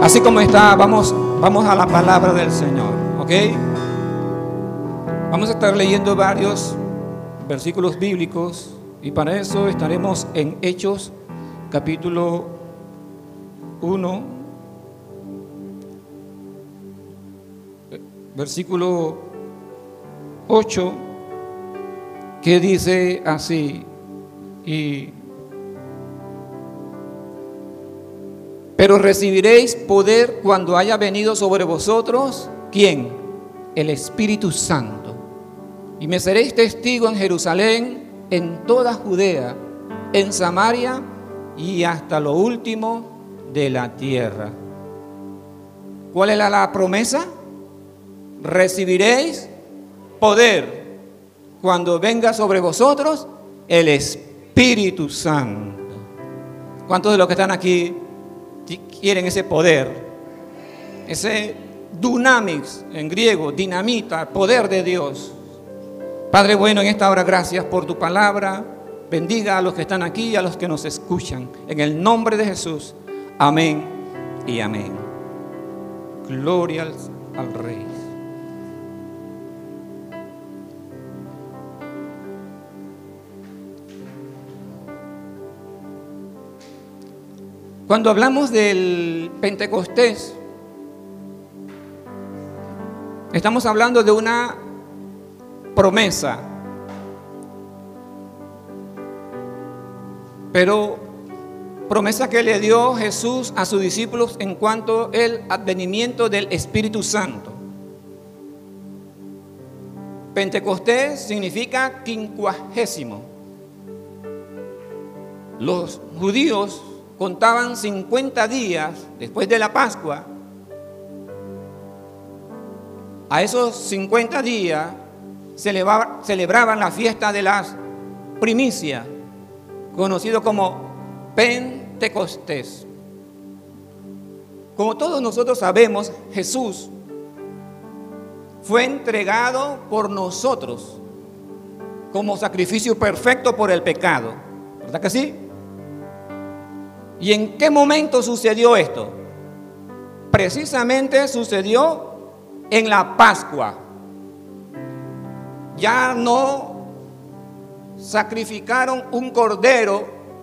Así como está, vamos a la palabra del Señor, ¿ok? Vamos a estar leyendo varios versículos bíblicos y para eso estaremos en Hechos capítulo 1, versículo 8, que dice así: pero recibiréis poder cuando haya venido sobre vosotros, ¿quién? El Espíritu Santo. Y me seréis testigo en Jerusalén, en toda Judea, en Samaria y hasta lo último de la tierra. ¿Cuál era la promesa? Recibiréis poder cuando venga sobre vosotros el Espíritu Santo. ¿Cuántos de los que están aquí quieren ese poder? Ese dunamis, en griego, dinamita, poder de Dios. Padre bueno, en esta hora gracias por tu palabra. Bendiga a los que están aquí y a los que nos escuchan. En el nombre de Jesús. Amén y amén. Gloria al Rey. Cuando hablamos del Pentecostés, estamos hablando de una promesa, pero promesa que le dio Jesús a sus discípulos en cuanto al advenimiento del Espíritu Santo. Pentecostés significa 50. Los judíos contaban 50 días después de la Pascua. A esos 50 días celebraban la fiesta de las primicias, conocido como Pentecostés. Como todos nosotros sabemos, Jesús fue entregado por nosotros como sacrificio perfecto por el pecado. ¿Verdad que sí? ¿Y en qué momento sucedió esto? Precisamente sucedió en la Pascua. Ya no sacrificaron un cordero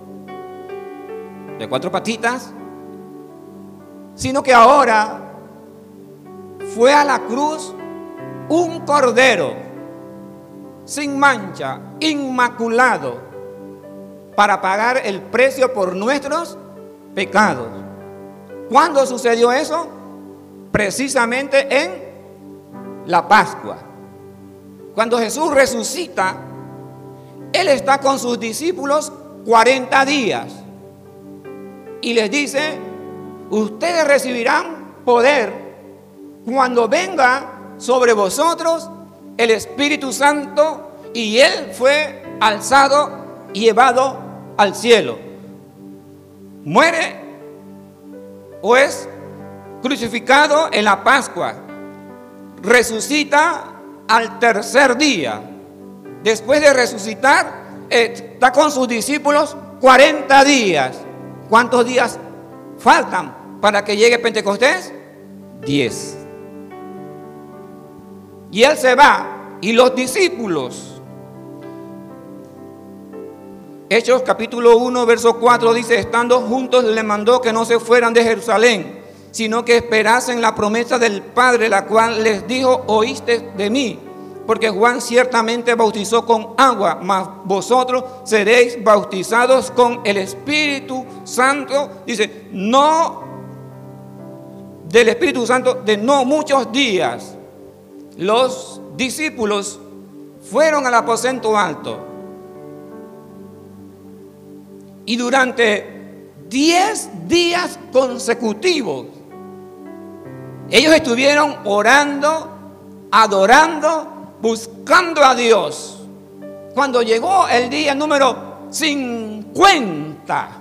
de 4 patitas, sino que ahora fue a la cruz un cordero sin mancha, inmaculado, para pagar el precio por nuestros pecados. ¿Cuándo sucedió eso? Precisamente en la Pascua. Cuando Jesús resucita, Él está con sus discípulos 40 días y les dice: ustedes recibirán poder cuando venga sobre vosotros el Espíritu Santo. Y Él fue alzado y llevado al cielo. Muere o es crucificado en la Pascua. Resucita al tercer día. Después de resucitar, está con sus discípulos 40 días. ¿Cuántos días faltan para que llegue Pentecostés? 10. Y Él se va y los discípulos. Hechos capítulo 1 verso 4 dice: estando juntos le mandó que no se fueran de Jerusalén, sino que esperasen la promesa del Padre, la cual les dijo: oíste de mí, porque Juan ciertamente bautizó con agua, mas vosotros seréis bautizados con el Espíritu Santo. Dice, no del Espíritu Santo de no muchos días. Los discípulos fueron al aposento alto y durante 10 días consecutivos ellos estuvieron orando, adorando, buscando a Dios. Cuando llegó el día número 50,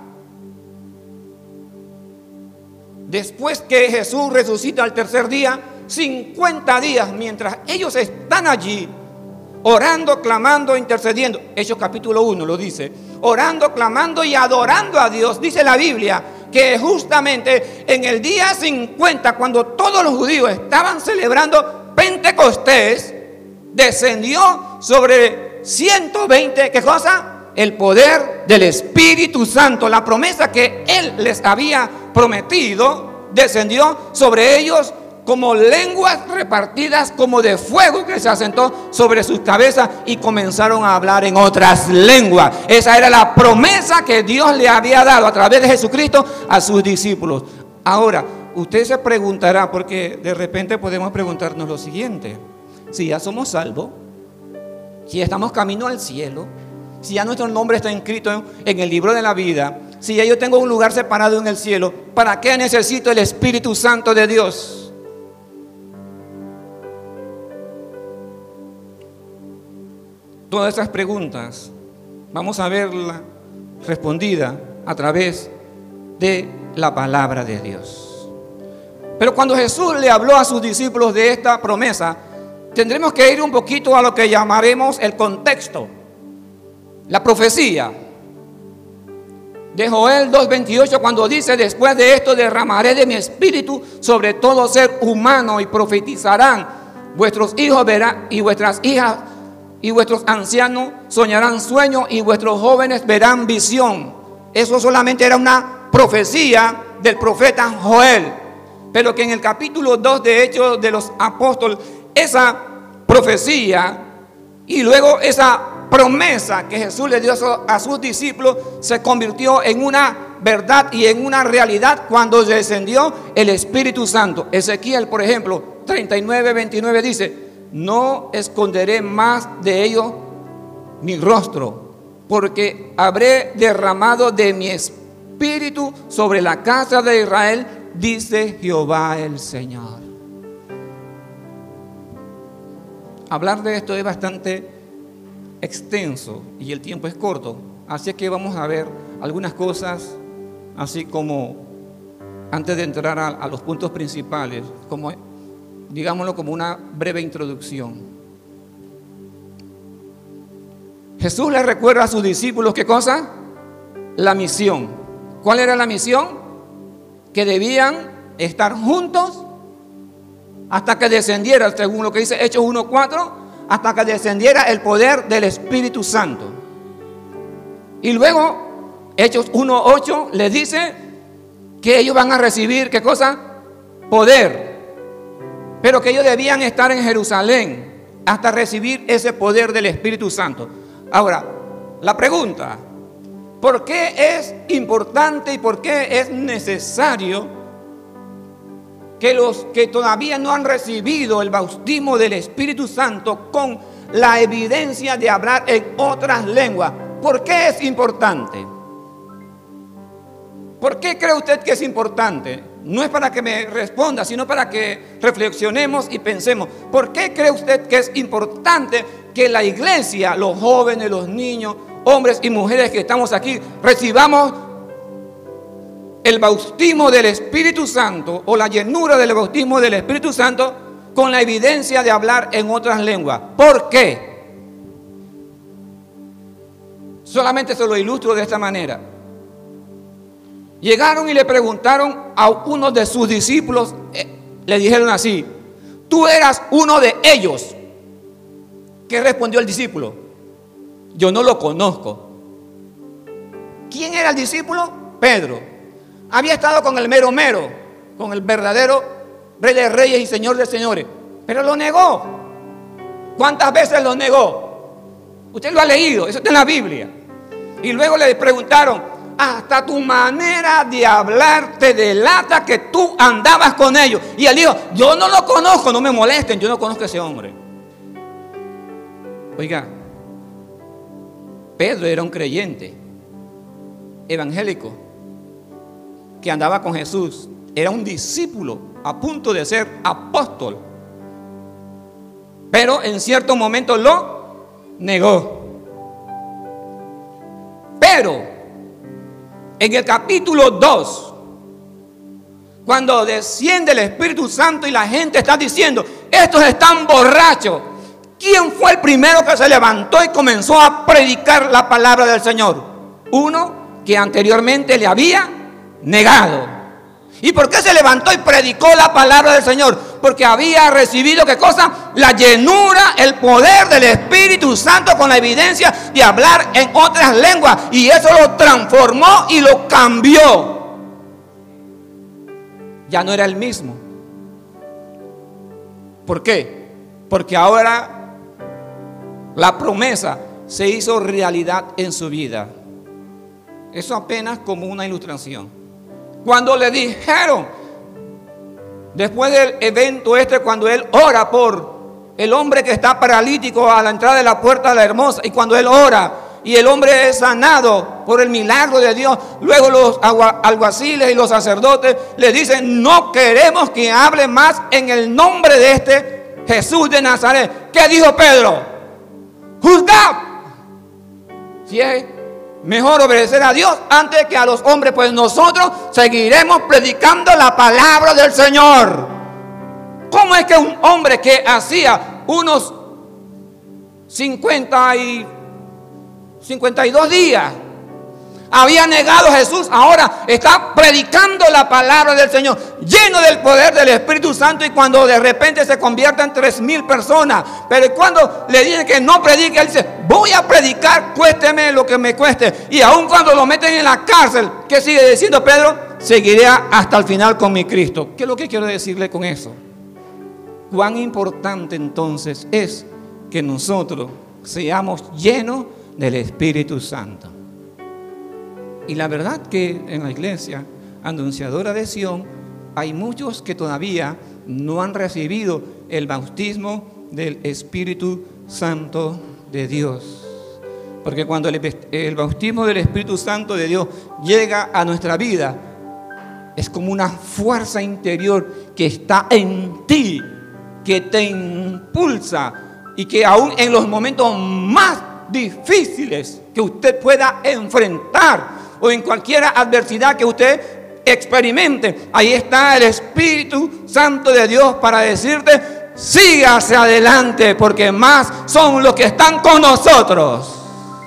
después que Jesús resucita al tercer día, 50 días mientras ellos están allí orando, clamando, intercediendo. Hechos capítulo 1 lo dice: orando, clamando y adorando a Dios. Dice la Biblia que justamente en el día 50, cuando todos los judíos estaban celebrando Pentecostés, descendió sobre 120, ¿qué cosa? El poder del Espíritu Santo. La promesa que Él les había prometido descendió sobre ellos como lenguas repartidas como de fuego, que se asentó sobre sus cabezas y comenzaron a hablar en otras lenguas. Esa era la promesa que Dios le había dado a través de Jesucristo a sus discípulos. Ahora, usted se preguntará, porque de repente podemos preguntarnos lo siguiente: si ya somos salvos, si ya estamos camino al cielo, si ya nuestro nombre está inscrito en el libro de la vida, si ya yo tengo un lugar separado en el cielo, ¿para qué necesito el Espíritu Santo de Dios? Todas esas preguntas vamos a verlas respondidas a través de la palabra de Dios. Pero cuando Jesús le habló a sus discípulos de esta promesa, tendremos que ir un poquito a lo que llamaremos el contexto, la profecía de Joel 2:28, cuando dice: después de esto derramaré de mi espíritu sobre todo ser humano, y profetizarán vuestros hijos verán, y vuestras hijas y vuestros ancianos soñarán sueños, y vuestros jóvenes verán visión. Eso solamente era una profecía del profeta Joel, pero que en el capítulo 2 de Hechos de los Apóstoles, esa profecía y luego esa promesa que Jesús le dio a sus discípulos se convirtió en una verdad y en una realidad cuando descendió el Espíritu Santo. Ezequiel, por ejemplo, 39:29 dice: no esconderé más de ellos mi rostro, porque habré derramado de mi espíritu sobre la casa de Israel, dice Jehová el Señor. Hablar de esto es bastante extenso y el tiempo es corto, así que vamos a ver algunas cosas, así como antes de entrar a los puntos principales, como digámoslo como una breve introducción. Jesús le recuerda a sus discípulos, ¿qué cosa? La misión. ¿Cuál era la misión? Que debían estar juntos hasta que descendiera, según lo que dice Hechos 1:4, hasta que descendiera el poder del Espíritu Santo. Y luego Hechos 1:8 les dice que ellos van a recibir, ¿qué cosa? Poder. Pero que ellos debían estar en Jerusalén hasta recibir ese poder del Espíritu Santo. Ahora, la pregunta: ¿por qué es importante y por qué es necesario que los que todavía no han recibido el bautismo del Espíritu Santo con la evidencia de hablar en otras lenguas? ¿Por qué es importante? ¿Por qué cree usted que es importante? No es para que me responda, sino para que reflexionemos y pensemos. ¿Por qué cree usted que es importante que la iglesia, los jóvenes, los niños, hombres y mujeres que estamos aquí, recibamos el bautismo del Espíritu Santo o la llenura del bautismo del Espíritu Santo con la evidencia de hablar en otras lenguas? ¿Por qué? Solamente se lo ilustro de esta manera. Llegaron y le preguntaron a uno de sus discípulos, le dijeron así: tú eras uno de ellos. ¿Qué respondió el discípulo? Yo no lo conozco. ¿Quién era el discípulo? Pedro. Había estado con el mero mero, con el verdadero Rey de Reyes y Señor de Señores, pero lo negó. ¿Cuántas veces lo negó? Usted lo ha leído, eso está en la Biblia. Y luego le preguntaron: hasta tu manera de hablar te delata que tú andabas con ellos. Y él dijo: yo no lo conozco, no me molesten, yo no conozco a ese hombre. Oiga, Pedro era un creyente evangélico que andaba con Jesús, era un discípulo a punto de ser apóstol, pero en cierto momento lo negó. Pero en el capítulo 2, cuando desciende el Espíritu Santo y la gente está diciendo: estos están borrachos, ¿quién fue el primero que se levantó y comenzó a predicar la palabra del Señor? Uno que anteriormente le había negado. ¿Y por qué se levantó y predicó la palabra del Señor? Porque había recibido, ¿qué cosa? La llenura, el poder del Espíritu Santo, con la evidencia de hablar en otras lenguas. Y eso lo transformó y lo cambió. Ya no era el mismo. ¿Por qué? Porque ahora la promesa se hizo realidad en su vida. Eso apenas como una ilustración. Cuando le dijeron, después del evento cuando él ora por el hombre que está paralítico a la entrada de la puerta de la hermosa, y cuando él ora y el hombre es sanado por el milagro de Dios, luego los alguaciles y los sacerdotes le dicen: no queremos que hable más en el nombre de este Jesús de Nazaret. ¿Qué dijo Pedro? Juzgad. Si es mejor obedecer a Dios antes que a los hombres, pues nosotros seguiremos predicando la palabra del Señor. ¿Cómo es que un hombre que hacía unos 52 días había negado a Jesús, ahora está predicando la palabra del Señor, lleno del poder del Espíritu Santo, y cuando de repente se convierten 3,000 personas, pero cuando le dicen que no predique, él dice: voy a predicar, cuésteme lo que me cueste. Y aun cuando lo meten en la cárcel, ¿qué sigue diciendo Pedro? Seguiré hasta el final con mi Cristo. ¿Qué es lo que quiero decirle con eso? Cuán importante entonces es que nosotros seamos llenos del Espíritu Santo. Y la verdad que en la iglesia anunciadora de Sion hay muchos que todavía no han recibido el bautismo del Espíritu Santo de Dios. Porque cuando el bautismo del Espíritu Santo de Dios llega a nuestra vida, es como una fuerza interior que está en ti, que te impulsa, y que aún en los momentos más difíciles que usted pueda enfrentar, o en cualquier adversidad que usted experimente, ahí está el Espíritu Santo de Dios para decirte: siga hacia adelante, porque más son los que están con nosotros.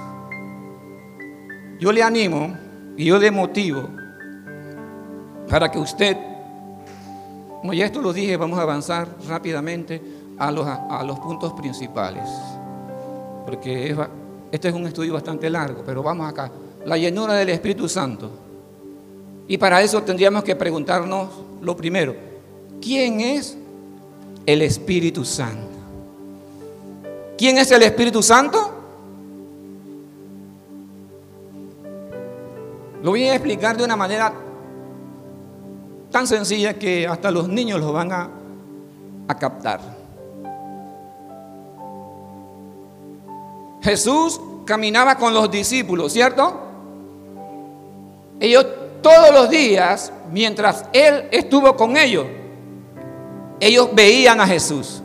Yo le animo y yo le motivo para que usted, como ya esto lo dije, vamos a avanzar rápidamente a los puntos principales, porque este es un estudio bastante largo, pero vamos acá. La llenura del Espíritu Santo. Y para eso tendríamos que preguntarnos lo primero: ¿quién es el Espíritu Santo? ¿Quién es el Espíritu Santo? Lo voy a explicar de una manera tan sencilla que hasta los niños lo van a captar. Jesús caminaba con los discípulos, ¿cierto? Ellos todos los días, mientras Él estuvo con ellos veían a Jesús.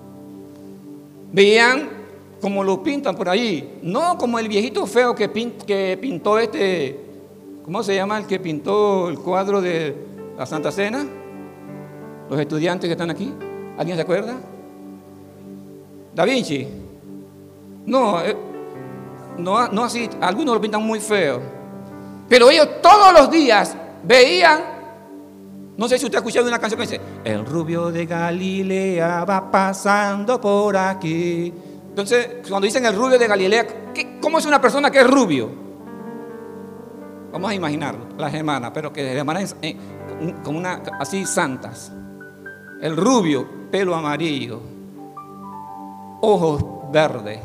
Veían como lo pintan por ahí, no como el viejito feo que pintó ¿cómo se llama el que pintó el cuadro de la Santa Cena? Los estudiantes que están aquí, ¿alguien se acuerda? Da Vinci. No así, algunos lo pintan muy feo. Pero ellos todos los días veían, no sé si usted ha escuchado una canción que dice: el rubio de Galilea va pasando por aquí. Entonces, cuando dicen el rubio de Galilea, ¿cómo es una persona que es rubio? Vamos a imaginarlo, las hermanas, pero que las hermanas como así santas. El rubio, pelo amarillo, ojos verdes,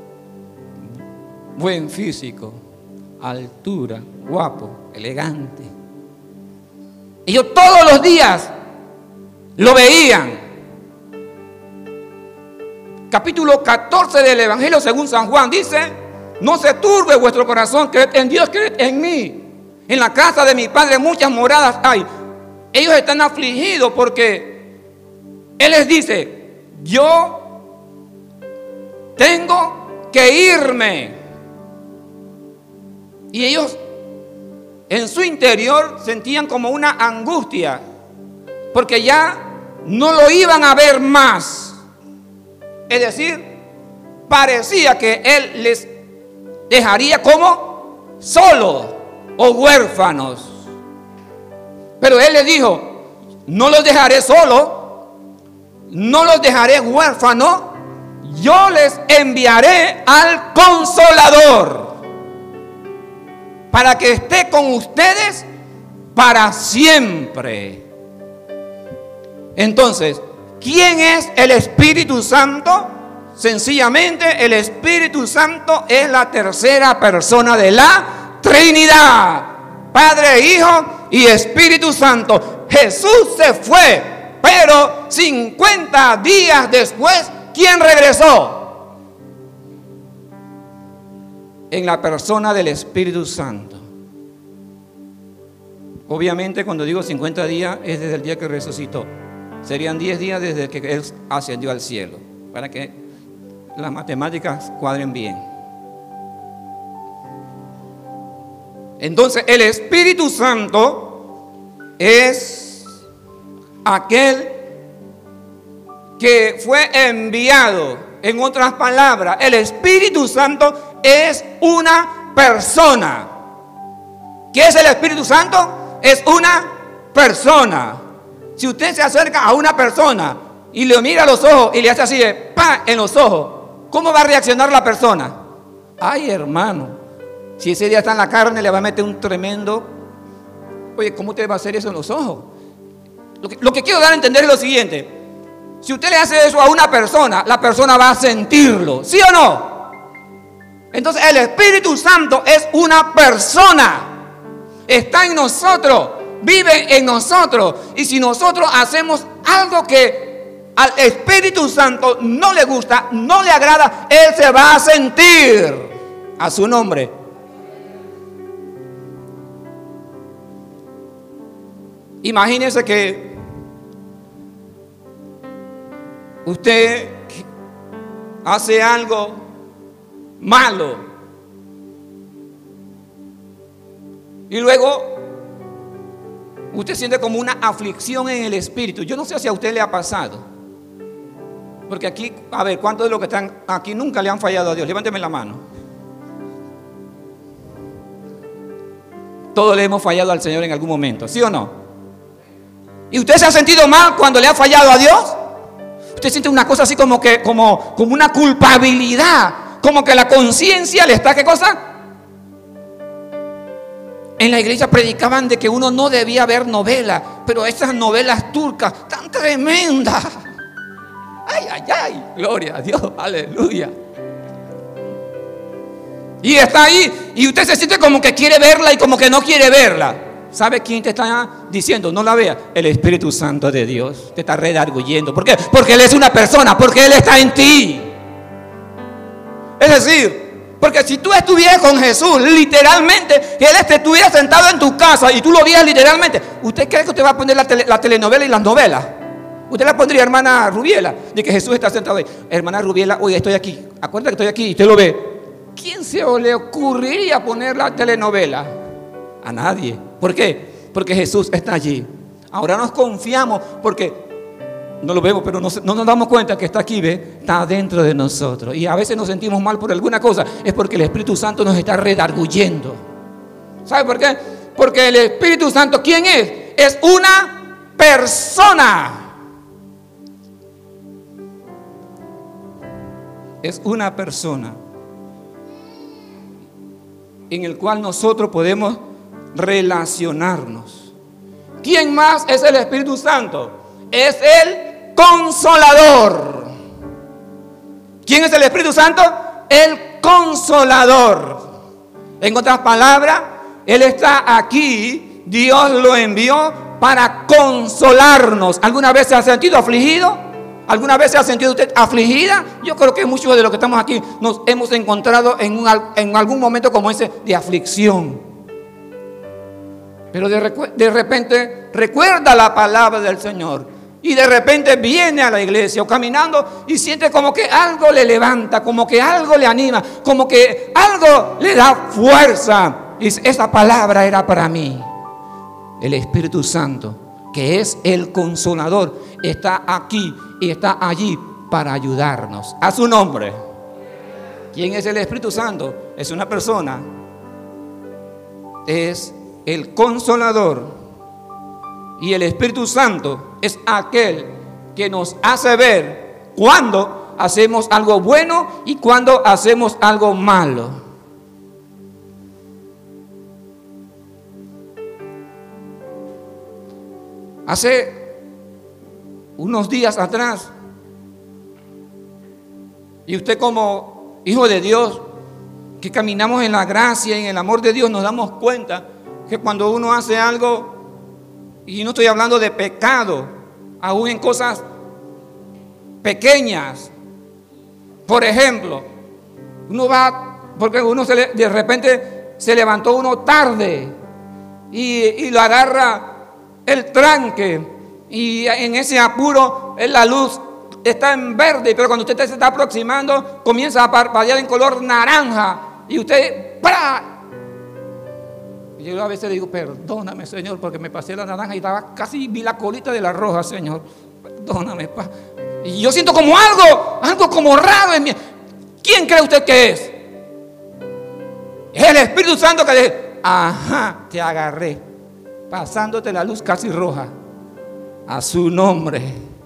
buen físico, altura, guapo, elegante. Ellos todos los días lo veían. Capítulo 14 del Evangelio según San Juan dice: no se turbe vuestro corazón, creed en Dios, creed en mí. En la casa de mi Padre muchas moradas hay. Ellos están afligidos porque Él les dice: yo tengo que irme. Y ellos en su interior sentían como una angustia, porque ya no lo iban a ver más. Es decir, parecía que Él les dejaría como solos o huérfanos. Pero Él les dijo: no los dejaré solo, no los dejaré huérfanos, yo les enviaré al Consolador para que esté con ustedes para siempre. Entonces, ¿quién es el Espíritu Santo? Sencillamente, el Espíritu Santo es la tercera persona de la Trinidad: Padre, Hijo y Espíritu Santo. Jesús se fue, pero 50 días después, ¿quién regresó? En la persona del Espíritu Santo. Obviamente, cuando digo 50 días, es desde el día que resucitó. Serían 10 días desde que Él ascendió al cielo, para que las matemáticas cuadren bien. Entonces, el Espíritu Santo es aquel que fue enviado. En otras palabras, el Espíritu Santo es una persona. ¿Qué es el Espíritu Santo? Es una persona. Si usted se acerca a una persona y le mira a los ojos y le hace así de ¡pa! En los ojos, ¿cómo va a reaccionar la persona? Ay, hermano, si ese día está en la carne, le va a meter un tremendo. Oye, ¿cómo usted va a hacer eso en los ojos? Lo que quiero dar a entender es lo siguiente: si usted le hace eso a una persona, la persona va a sentirlo, ¿sí o no? Entonces, el Espíritu Santo es una persona. Está en nosotros, vive en nosotros. Y si nosotros hacemos algo que al Espíritu Santo no le gusta, no le agrada, Él se va a sentir. A su nombre. Imagínese que usted hace algo malo y luego usted siente como una aflicción en el espíritu. Yo no sé si a usted le ha pasado, porque aquí, a ver, ¿cuántos de los que están aquí nunca le han fallado a Dios? Levánteme la mano. Todos le hemos fallado al Señor en algún momento, ¿sí o no? ¿Y usted se ha sentido mal cuando le ha fallado a Dios? Usted siente una cosa así como una culpabilidad, como que la conciencia le está, ¿qué cosa? En la iglesia predicaban de que uno no debía ver novelas, pero esas novelas turcas tan tremendas. Ay, ay, ay, gloria a Dios, aleluya. Y está ahí, y usted se siente como que quiere verla y como que no quiere verla. ¿Sabe quién te está diciendo no la vea? El Espíritu Santo de Dios te está redarguyendo. ¿Por qué? Porque Él es una persona, porque Él está en ti. Es decir, porque si tú estuvieras con Jesús, literalmente, que Él estuviera sentado en tu casa y tú lo vieras literalmente, ¿usted cree que usted va a poner la telenovela y las novelas? Usted la pondría, hermana Rubiela, de que Jesús está sentado ahí. Hermana Rubiela, oye, estoy aquí. Acuérdate que estoy aquí y usted lo ve. ¿Quién se le ocurriría poner la telenovela? A nadie. ¿Por qué? Porque Jesús está allí. Ahora nos confiamos porque no lo vemos, pero no nos damos cuenta que está aquí, ¿ve? Está dentro de nosotros. Y a veces nos sentimos mal por alguna cosa. Es porque el Espíritu Santo nos está redarguyendo. ¿Sabe por qué? Porque el Espíritu Santo, ¿quién es? Es una persona. Es una persona en el cual nosotros podemos relacionarnos. ¿Quién más es el Espíritu Santo? Es el Consolador. ¿Quién es el Espíritu Santo? El Consolador. En otras palabras, Él está aquí. Dios lo envió para consolarnos. ¿Alguna vez se ha sentido afligido? ¿Alguna vez se ha sentido usted afligida? Yo creo que muchos de los que estamos aquí nos hemos encontrado en algún momento como ese de aflicción. Pero de repente recuerda la palabra del Señor y de repente viene a la iglesia o caminando y siente como que algo le levanta, como que algo le anima, como que algo le da fuerza. Y esa palabra era para mí. El Espíritu Santo, que es el Consolador, está aquí y está allí para ayudarnos. A su nombre. ¿Quién es el Espíritu Santo? Es una persona. Es el Consolador. Y el Espíritu Santo es aquel que nos hace ver cuando hacemos algo bueno y cuando hacemos algo malo. Hace unos días atrás, y usted como hijo de Dios, que caminamos en la gracia y en el amor de Dios, nos damos cuenta que cuando uno hace algo, y no estoy hablando de pecado, aún en cosas pequeñas. Por ejemplo, uno va, porque de repente se levantó uno tarde y lo agarra el tranque, y en ese apuro la luz está en verde, pero cuando usted se está aproximando comienza a parpadear en color naranja y usted ¡pra! Yo a veces digo, perdóname, Señor, porque me pasé la naranja y casi vi la colita de la roja, Señor. Perdóname, pa. Y yo siento como algo como raro en mí. ¿Quién cree usted que es? Es el Espíritu Santo que dice, ajá, te agarré, pasándote la luz casi roja. A su nombre.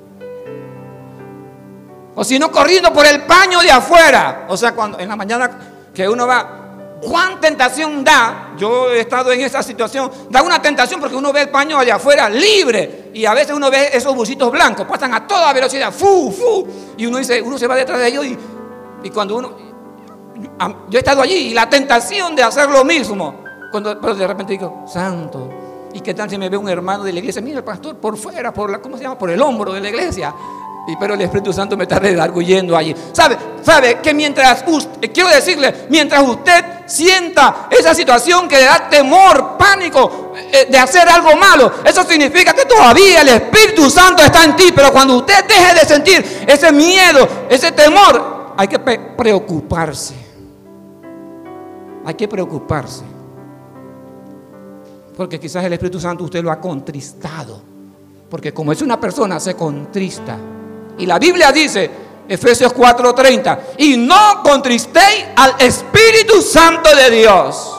O si no, corriendo por el paño de afuera. O sea, cuando en la mañana que uno va, ¿cuán tentación da? Yo he estado en esa situación. Da una tentación porque uno ve el paño allá afuera libre. Y a veces uno ve esos busitos blancos, pasan a toda velocidad, fu, fu. Y uno dice, uno se va detrás de ellos y cuando uno, yo he estado allí y la tentación de hacer lo mismo. Pero de repente digo, santo. ¿Y qué tal si me ve un hermano de la iglesia? Mira, el pastor, por fuera, ¿cómo se llama? Por el hombro de la iglesia. Pero el Espíritu Santo me está redarguyendo allí. ¿Sabe que mientras usted sienta esa situación que le da temor, pánico de hacer algo malo, eso significa que todavía el Espíritu Santo está en ti. Pero cuando usted deje de sentir ese miedo, ese temor, hay que preocuparse. Hay que preocuparse. Porque quizás el Espíritu Santo usted lo ha contristado. Porque como es una persona, se contrista. Y la Biblia dice, Efesios 4:30, y no contristéis al Espíritu Santo de Dios.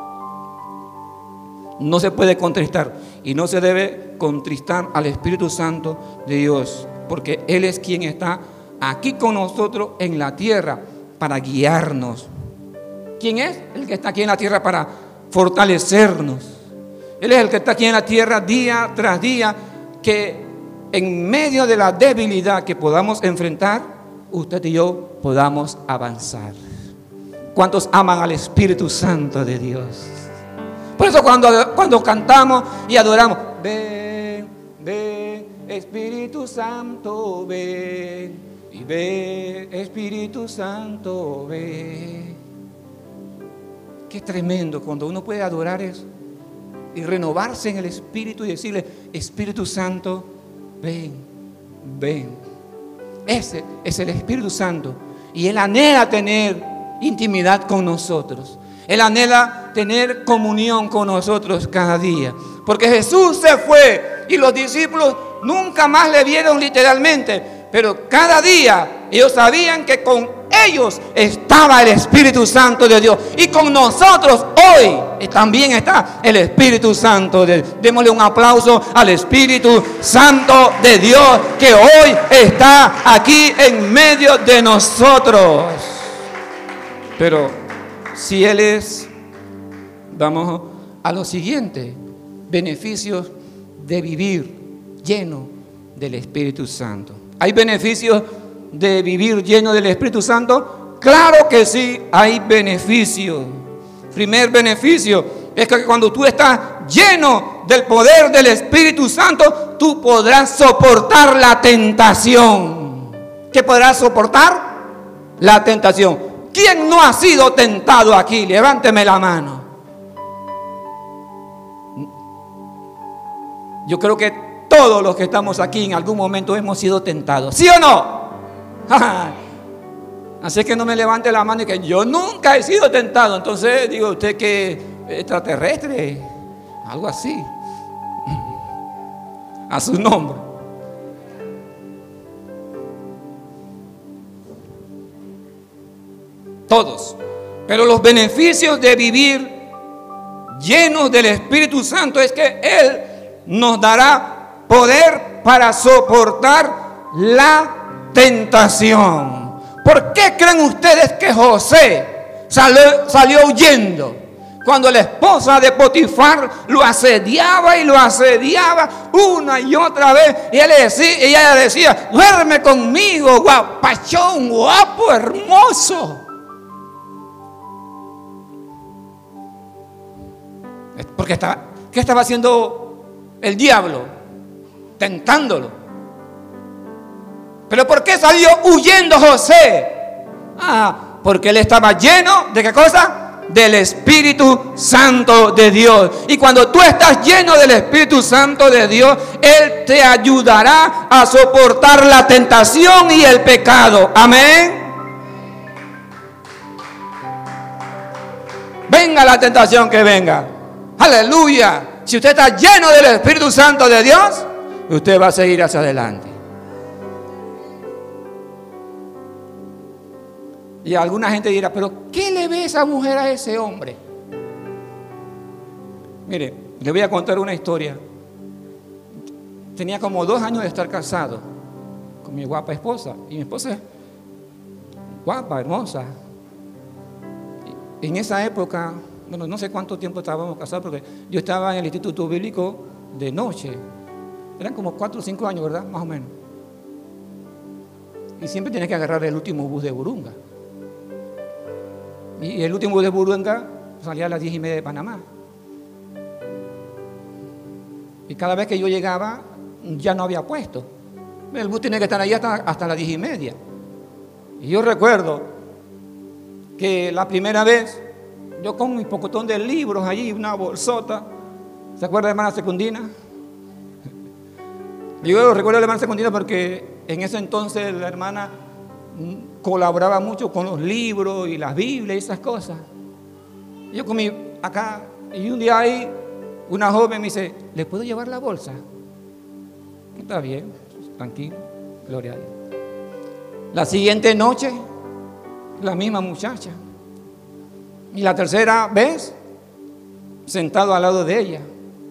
No se puede contristar y no se debe contristar al Espíritu Santo de Dios, porque Él es quien está aquí con nosotros en la tierra para guiarnos. ¿Quién es? El que está aquí en la tierra para fortalecernos. Él es el que está aquí en la tierra día tras día, que en medio de la debilidad que podamos enfrentar, usted y yo podamos avanzar. ¿Cuántos aman al Espíritu Santo de Dios? Por eso cuando cantamos y adoramos, ven, ven, Espíritu Santo, ven, y ven, Espíritu Santo, ven. Qué tremendo cuando uno puede adorar eso y renovarse en el Espíritu y decirle, Espíritu Santo, ven, ven. Ese es el Espíritu Santo. Y Él anhela tener intimidad con nosotros. Él anhela tener comunión con nosotros cada día. Porque Jesús se fue y los discípulos nunca más le vieron literalmente. Pero cada día ellos sabían que con ellos estaba el Espíritu Santo de Dios. Y con nosotros hoy también está el Espíritu Santo de Dios. Démosle un aplauso al Espíritu Santo de Dios que hoy está aquí en medio de nosotros. Pero si Él es, vamos a lo siguiente: beneficios de vivir lleno del Espíritu Santo. ¿Hay beneficios de vivir lleno del Espíritu Santo? Claro que sí, hay beneficios. Primer beneficio es que cuando tú estás lleno del poder del Espíritu Santo, tú podrás soportar la tentación. ¿Qué podrás soportar? La tentación. ¿Quién no ha sido tentado aquí? Levánteme la mano. Yo creo que todos los que estamos aquí en algún momento hemos sido tentados. ¿Sí o no? Así que no me levante la mano y que yo nunca he sido tentado. Entonces digo, usted que extraterrestre, algo así. A su nombre. Todos. Pero los beneficios de vivir llenos del Espíritu Santo es que Él nos dará poder para soportar la tentación. ¿Por qué creen ustedes que José salió huyendo? Cuando la esposa de Potifar lo asediaba y lo asediaba una y otra vez, y ella decía, duerme conmigo, guapachón, guapo, hermoso. Porque ¿qué estaba haciendo el diablo? Tentándolo. ¿Pero por qué salió huyendo José? Porque él estaba lleno ¿de qué cosa? Del Espíritu Santo de Dios. Y cuando tú estás lleno del Espíritu Santo de Dios, Él te ayudará a soportar la tentación y el pecado. Amén. Venga la tentación que venga. Aleluya. Si usted está lleno del Espíritu Santo de Dios, usted va a seguir hacia adelante. Y alguna gente dirá, pero ¿qué le ve esa mujer a ese hombre? Mire, le voy a contar una historia. Tenía como 2 años de estar casado con mi guapa esposa. Y mi esposa es guapa, hermosa. En esa época, bueno, no sé cuánto tiempo estábamos casados, porque yo estaba en el Instituto Bíblico de noche. Eran como 4 o 5 años, ¿verdad? Más o menos. Y siempre tenía que agarrar el último bus de Burunga. Y el último bus de Burunga salía a las 10:30 de Panamá. Y cada vez que yo llegaba, ya no había puesto. El bus tenía que estar ahí hasta las 10:30. Y yo recuerdo que la primera vez, yo con mi pocotón de libros allí, una bolsota. ¿Se acuerda de hermana Secundina? Yo recuerdo a la hermana Secundina porque en ese entonces la hermana colaboraba mucho con los libros y las Biblias y esas cosas. Yo comí acá y un día ahí una joven me dice, ¿le puedo llevar la bolsa? Está bien, tranquilo, gloria a Dios. La siguiente noche, la misma muchacha. Y la tercera vez, sentado al lado de ella.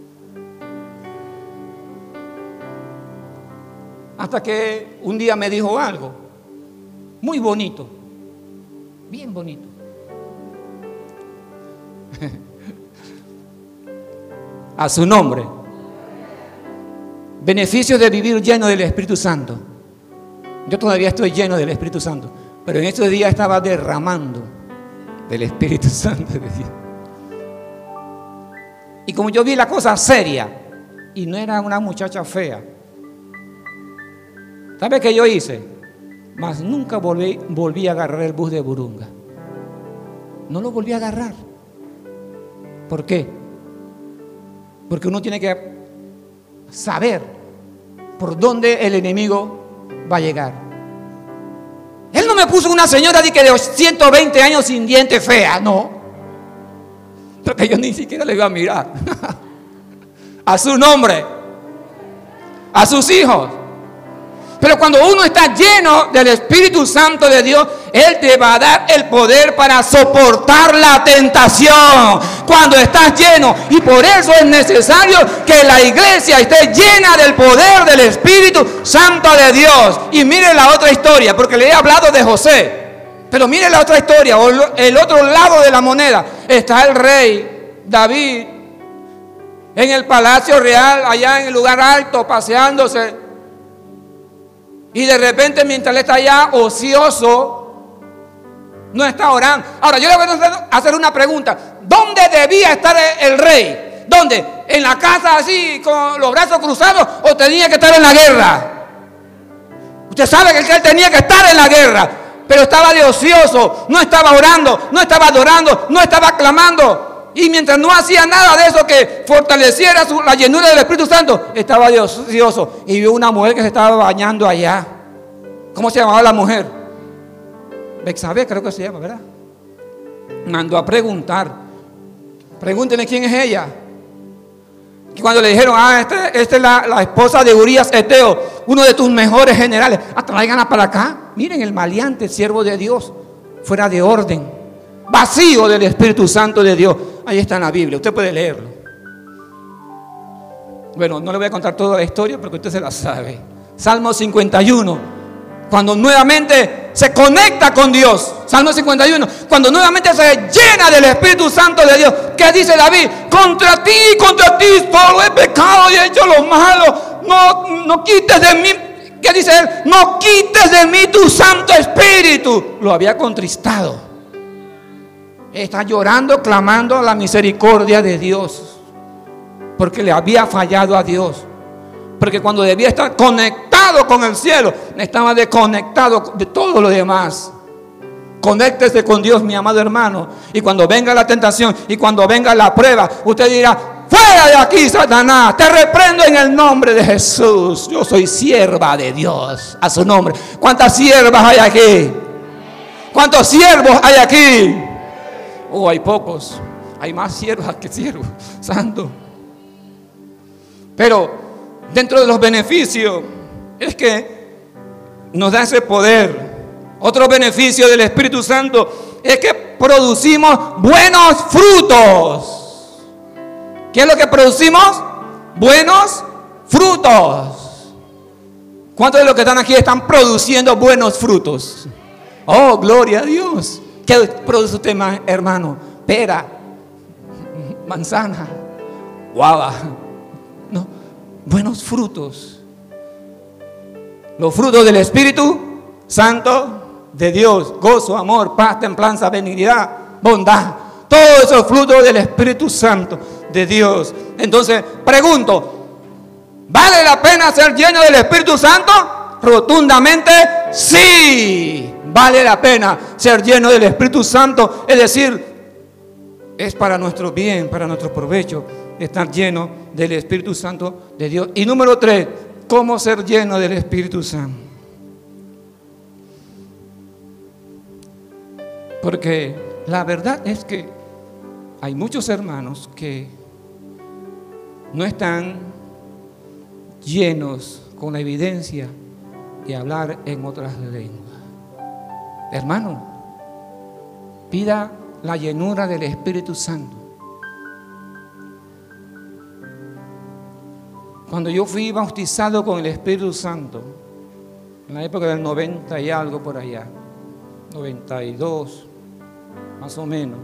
Hasta que un día me dijo algo muy bonito, bien bonito. A su nombre. Beneficios de vivir lleno del Espíritu Santo. Yo todavía estoy lleno del Espíritu Santo, pero en estos días estaba derramando del Espíritu Santo de Dios. Y como yo vi la cosa seria, y no era una muchacha fea, ¿sabe qué yo hice? Mas nunca volví a agarrar el bus de Burunga. No lo volví a agarrar. ¿Por qué? Porque uno tiene que saber por dónde el enemigo va a llegar. Él no me puso una señora de 120 años sin dientes fea, no. Porque yo ni siquiera le iba a mirar. A su nombre, a sus hijos. Pero cuando uno está lleno del Espíritu Santo de Dios, Él te va a dar el poder para soportar la tentación. Cuando estás lleno. Y por eso es necesario que la iglesia esté llena del poder del Espíritu Santo de Dios. Y mire la otra historia, porque le he hablado de José. Pero mire la otra historia, o el otro lado de la moneda. Está el rey David en el palacio real, allá en el lugar alto, paseándose. Y de repente, mientras él está allá ocioso, no está orando. Ahora, yo le voy a hacer una pregunta. ¿Dónde debía estar el rey? ¿Dónde? ¿En la casa así, con los brazos cruzados, o tenía que estar en la guerra? Usted sabe que él tenía que estar en la guerra, pero estaba de ocioso, no estaba orando, no estaba adorando, no estaba clamando. Y mientras no hacía nada de eso que fortaleciera la llenura del Espíritu Santo, estaba de ocioso. Y vio una mujer que se estaba bañando allá. ¿Cómo se llamaba la mujer? Bexabé, creo que se llama, ¿verdad? Mandó a preguntar. Pregúntenle quién es ella. Y cuando le dijeron, esta es la esposa de Urías Eteo, uno de tus mejores generales. Tráiganla para acá. Miren el maleante siervo de Dios, fuera de orden, vacío del Espíritu Santo de Dios. Ahí está en la Biblia, usted puede leerlo. Bueno, no le voy a contar toda la historia porque usted se la sabe. Salmo 51, cuando nuevamente se conecta con Dios. Salmo 51, cuando nuevamente se llena del Espíritu Santo de Dios. ¿Qué dice David? Contra ti solo he pecado y he hecho lo malo. No quites de mí. ¿Qué dice él? No quites de mí tu Santo Espíritu. Lo había contristado. Está llorando, clamando la misericordia de Dios, porque le había fallado a Dios. Porque cuando debía estar conectado con el cielo, estaba desconectado de todo lo demás. Conéctese con Dios, mi amado hermano. Y cuando venga la tentación y cuando venga la prueba, usted dirá: fuera de aquí, Satanás, te reprendo en el nombre de Jesús. Yo soy sierva de Dios, a su nombre. ¿Cuántas siervas hay aquí? ¿Cuántos siervos hay aquí? Oh, hay pocos. Hay más siervas que siervos. Santo. Pero dentro de los beneficios es que nos da ese poder. Otro beneficio del Espíritu Santo es que producimos buenos frutos. ¿Qué es lo que producimos? Buenos frutos. ¿Cuántos de los que están aquí están produciendo buenos frutos? Oh, gloria a Dios. ¿Qué produce usted, hermano? Pera, manzana, guava. No, buenos frutos. Los frutos del Espíritu Santo de Dios: gozo, amor, paz, templanza, benignidad, bondad. Todos esos frutos del Espíritu Santo de Dios. Entonces, pregunto: ¿vale la pena ser lleno del Espíritu Santo? Rotundamente sí. Vale la pena ser lleno del Espíritu Santo. Es decir, es para nuestro bien, para nuestro provecho, estar lleno del Espíritu Santo de Dios. Y número 3, ¿cómo ser lleno del Espíritu Santo? Porque la verdad es que hay muchos hermanos que no están llenos con la evidencia de hablar en otras lenguas. Hermano, pida la llenura del Espíritu Santo. Cuando yo fui bautizado con el Espíritu Santo, en la época del 90 y algo por allá, 92, más o menos,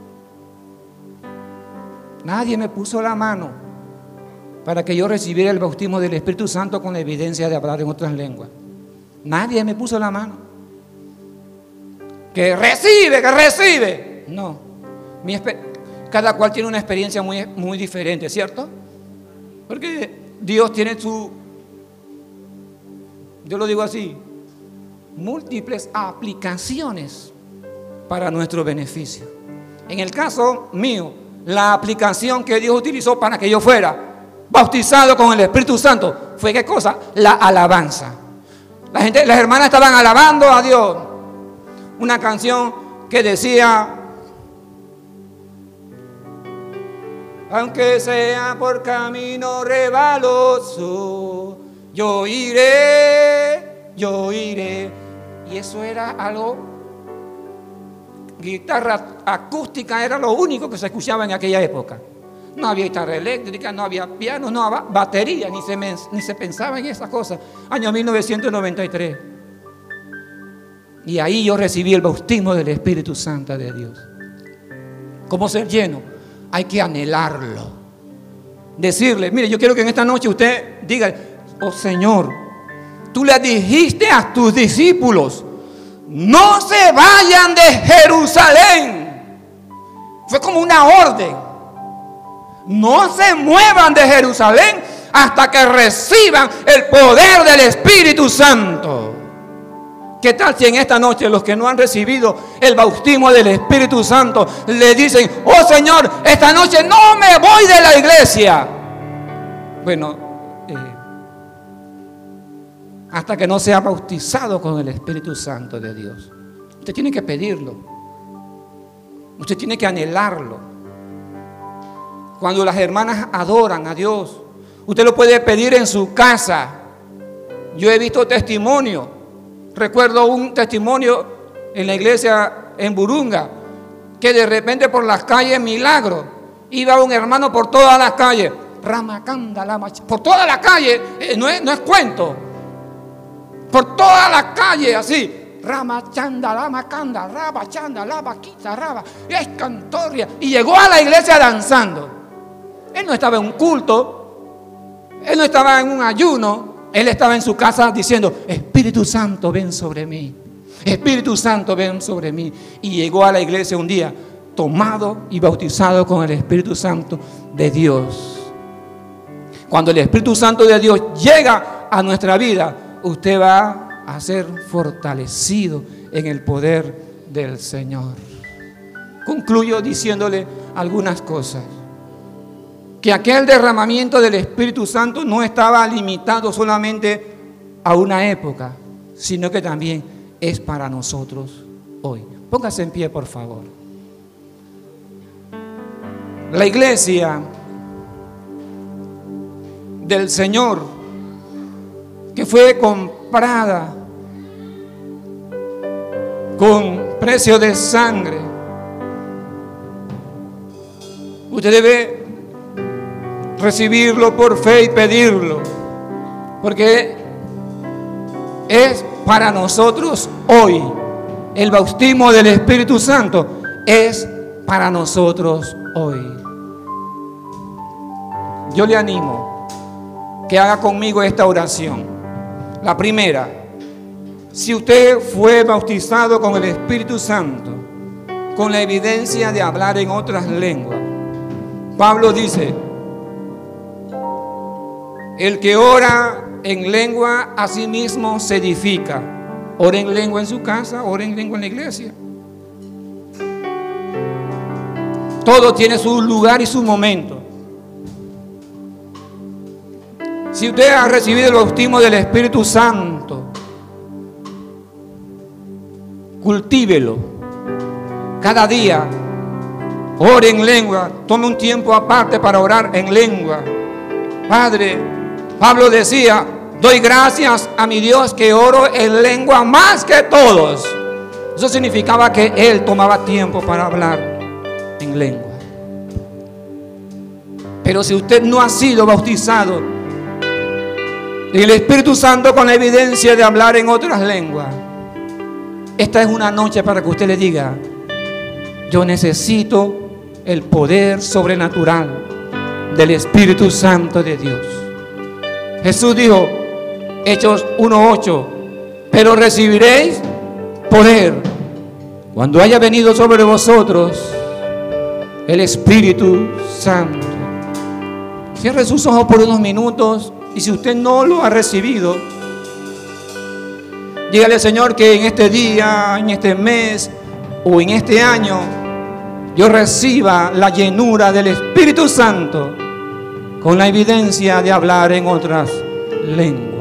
nadie me puso la mano para que yo recibiera el bautismo del Espíritu Santo con la evidencia de hablar en otras lenguas. Nadie me puso la mano. Que recibe. No. Cada cual tiene una experiencia muy diferente, ¿cierto? Porque Dios tiene yo lo digo así, múltiples aplicaciones para nuestro beneficio. En el caso mío, la aplicación que Dios utilizó para que yo fuera bautizado con el Espíritu Santo fue, ¿qué cosa? La alabanza. Las hermanas estaban alabando a Dios. Una canción que decía: aunque sea por camino rebaloso, yo iré. Y eso era algo, guitarra acústica era lo único que se escuchaba en aquella época. No había guitarra eléctrica, no había piano, no había batería, ni se pensaba en esas cosas. Año 1993. Y ahí yo recibí el bautismo del Espíritu Santo de Dios. ¿Cómo ser lleno? Hay que anhelarlo. Decirle: mire, yo quiero que en esta noche usted diga: oh Señor, tú le dijiste a tus discípulos, no se vayan de Jerusalén. Fue como una orden. No se muevan de Jerusalén hasta que reciban el poder del Espíritu Santo. ¿Qué tal si en esta noche los que no han recibido el bautismo del Espíritu Santo le dicen: oh Señor, esta noche no me voy de la iglesia? Bueno, hasta que no sea bautizado con el Espíritu Santo de Dios. Usted tiene que pedirlo. Usted tiene que anhelarlo. Cuando las hermanas adoran a Dios, usted lo puede pedir en su casa. Yo he visto testimonio. Recuerdo un testimonio en la iglesia en Burunga, que de repente por las calles Milagro iba un hermano por todas las calles: Ramacanda, Lama, por toda la calle, no es cuento. Por toda la calle, así. Ramachanda, Lamacanda, Rabachanda, Labaquita, Raba, es Cantoria. Y llegó a la iglesia danzando. Él no estaba en un culto, él no estaba en un ayuno, él estaba en su casa diciendo: Espíritu Santo, ven sobre mí. Espíritu Santo, ven sobre mí. Y llegó a la iglesia un día tomado y bautizado con el Espíritu Santo de Dios. Cuando el Espíritu Santo de Dios llega a nuestra vida, usted va a ser fortalecido en el poder del Señor. Concluyo diciéndole algunas cosas. Que aquel derramamiento del Espíritu Santo no estaba limitado solamente a una época, sino que también es para nosotros hoy. Póngase en pie, por favor. La iglesia del Señor, que fue comprada con precio de sangre, usted debe recibirlo por fe y pedirlo, porque es para nosotros hoy. El bautismo del Espíritu Santo es para nosotros hoy. Yo le animo que haga conmigo esta oración. La primera: si usted fue bautizado con el Espíritu Santo, con la evidencia de hablar en otras lenguas, Pablo dice: el que ora en lengua a sí mismo se edifica. Ora en lengua en su casa, ora en lengua en la iglesia. Todo tiene su lugar y su momento. Si usted ha recibido el bautismo del Espíritu Santo, cultívelo. Cada día ore en lengua. Tome un tiempo aparte para orar en lengua. Pablo decía: doy gracias a mi Dios que oro en lengua más que todos. Eso significaba que él tomaba tiempo para hablar en lengua. Pero si usted no ha sido bautizado en el Espíritu Santo con la evidencia de hablar en otras lenguas, esta es una noche para que usted le diga: yo necesito el poder sobrenatural del Espíritu Santo de Dios. Jesús dijo, Hechos 1:8: pero recibiréis poder cuando haya venido sobre vosotros el Espíritu Santo. Cierre sus ojos por unos minutos, y si usted no lo ha recibido, dígale: Señor, que en este día, en este mes o en este año, yo reciba la llenura del Espíritu Santo con la evidencia de hablar en otras lenguas.